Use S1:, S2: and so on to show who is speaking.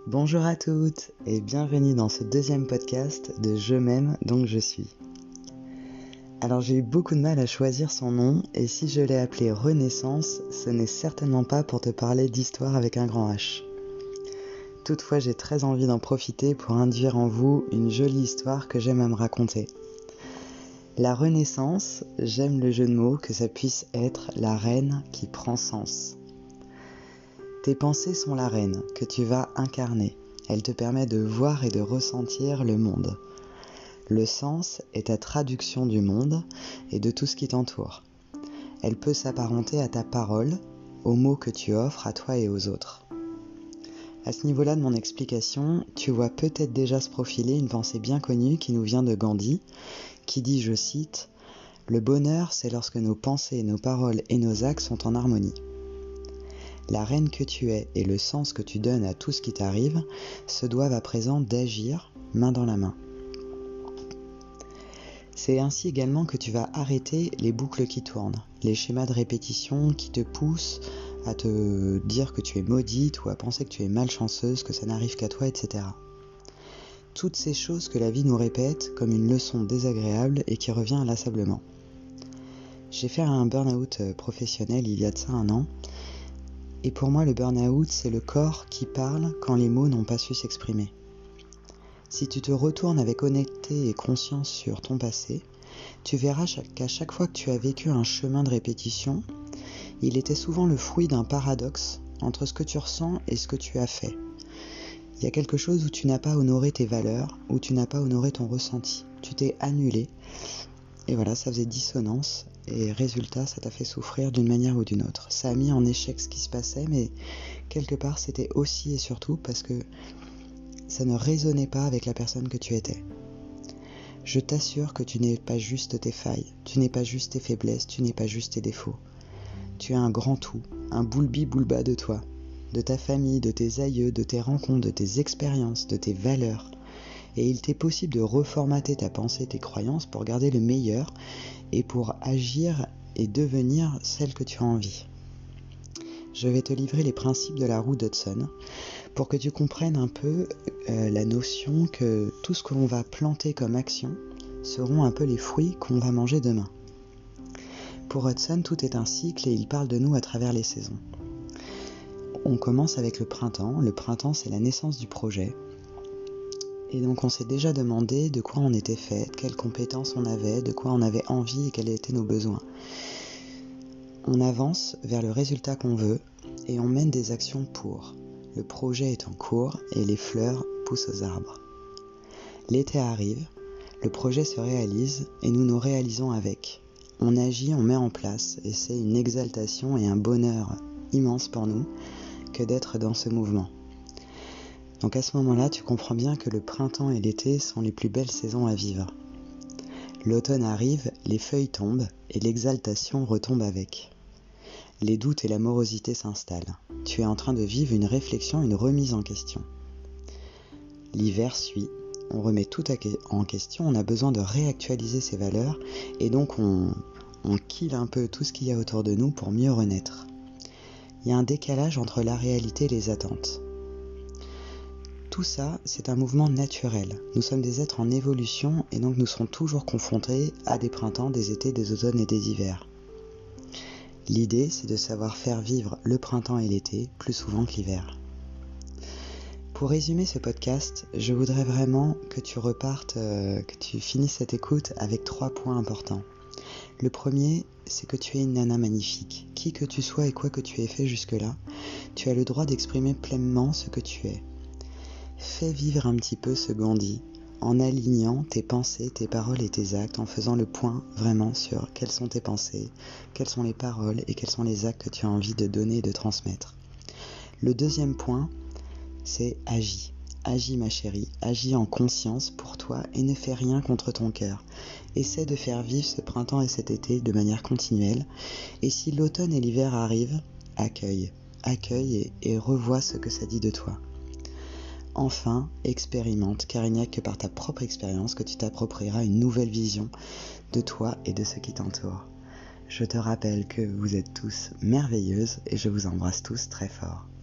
S1: Bonjour à toutes et bienvenue dans ce deuxième podcast de Je m'aime donc je suis. Alors j'ai eu beaucoup de mal à choisir son nom et si je l'ai appelé Renaissance, ce n'est certainement pas pour te parler d'histoire avec un grand H. Toutefois j'ai très envie d'en profiter pour induire en vous une jolie histoire que j'aime à me raconter. La Renaissance, j'aime le jeu de mots que ça puisse être la reine qui prend sens. Tes pensées sont la reine que tu vas incarner. Elle te permet de voir et de ressentir le monde. Le sens est ta traduction du monde et de tout ce qui t'entoure. Elle peut s'apparenter à ta parole, aux mots que tu offres à toi et aux autres. À ce niveau-là de mon explication, tu vois peut-être déjà se profiler une pensée bien connue qui nous vient de Gandhi, qui dit, je cite, « Le bonheur, c'est lorsque nos pensées, nos paroles et nos actes sont en harmonie. » La reine que tu es et le sens que tu donnes à tout ce qui t'arrive se doivent à présent d'agir main dans la main. C'est ainsi également que tu vas arrêter les boucles qui tournent, les schémas de répétition qui te poussent à te dire que tu es maudite ou à penser que tu es malchanceuse, que ça n'arrive qu'à toi, etc. Toutes ces choses que la vie nous répète comme une leçon désagréable et qui revient inlassablement. J'ai fait un burn-out professionnel il y a de ça 1 an, et pour moi le burn-out c'est le corps qui parle quand les mots n'ont pas su s'exprimer. Si tu te retournes avec honnêteté et conscience sur ton passé, tu verras qu'à chaque fois que tu as vécu un chemin de répétition, il était souvent le fruit d'un paradoxe entre ce que tu ressens et ce que tu as fait. Il y a quelque chose où tu n'as pas honoré tes valeurs, où tu n'as pas honoré ton ressenti. Tu t'es annulé, et voilà, ça faisait dissonance, et résultat, ça t'a fait souffrir d'une manière ou d'une autre. Ça a mis en échec ce qui se passait, mais quelque part, c'était aussi et surtout parce que ça ne résonnait pas avec la personne que tu étais. Je t'assure que tu n'es pas juste tes failles, tu n'es pas juste tes faiblesses, tu n'es pas juste tes défauts. Tu es un grand tout, un boulbi-boulba de toi, de ta famille, de tes aïeux, de tes rencontres, de tes expériences, de tes valeurs. Et il t'est possible de reformater ta pensée, tes croyances pour garder le meilleur et pour agir et devenir celle que tu as envie. Je vais te livrer les principes de la roue d'Hudson pour que tu comprennes un peu la notion que tout ce que l'on va planter comme action seront un peu les fruits qu'on va manger demain. Pour Hudson, tout est un cycle et il parle de nous à travers les saisons. On commence avec le printemps. Le printemps, c'est la naissance du projet. Et donc on s'est déjà demandé de quoi on était fait, quelles compétences on avait, de quoi on avait envie et quels étaient nos besoins. On avance vers le résultat qu'on veut et on mène des actions pour. Le projet est en cours et les fleurs poussent aux arbres. L'été arrive, le projet se réalise et nous nous réalisons avec. On agit, on met en place et c'est une exaltation et un bonheur immense pour nous que d'être dans ce mouvement. Donc à ce moment-là, tu comprends bien que le printemps et l'été sont les plus belles saisons à vivre. L'automne arrive, les feuilles tombent et l'exaltation retombe avec. Les doutes et la morosité s'installent. Tu es en train de vivre une réflexion, une remise en question. L'hiver suit, on remet tout en question, on a besoin de réactualiser ses valeurs et donc on kill un peu tout ce qu'il y a autour de nous pour mieux renaître. Il y a un décalage entre la réalité et les attentes. Tout ça, c'est un mouvement naturel. Nous sommes des êtres en évolution et donc nous serons toujours confrontés à des printemps, des étés, des automnes et des hivers. L'idée, c'est de savoir faire vivre le printemps et l'été plus souvent que l'hiver. Pour résumer ce podcast, je voudrais vraiment que tu repartes, que tu finisses cette écoute avec 3 points importants. Le premier, c'est que tu es une nana magnifique. Qui que tu sois et quoi que tu aies fait jusque-là, tu as le droit d'exprimer pleinement ce que tu es. Fais vivre un petit peu ce Gandhi en alignant tes pensées, tes paroles et tes actes, en faisant le point vraiment sur quelles sont tes pensées, quelles sont les paroles et quels sont les actes que tu as envie de donner et de transmettre. Le deuxième point, c'est agis. Agis ma chérie, agis en conscience pour toi et ne fais rien contre ton cœur. Essaie de faire vivre ce printemps et cet été de manière continuelle et si l'automne et l'hiver arrivent, accueille et revois ce que ça dit de toi. Enfin, expérimente, car il n'y a que par ta propre expérience que tu t'approprieras une nouvelle vision de toi et de ce qui t'entoure. Je te rappelle que vous êtes tous merveilleuses et je vous embrasse tous très fort.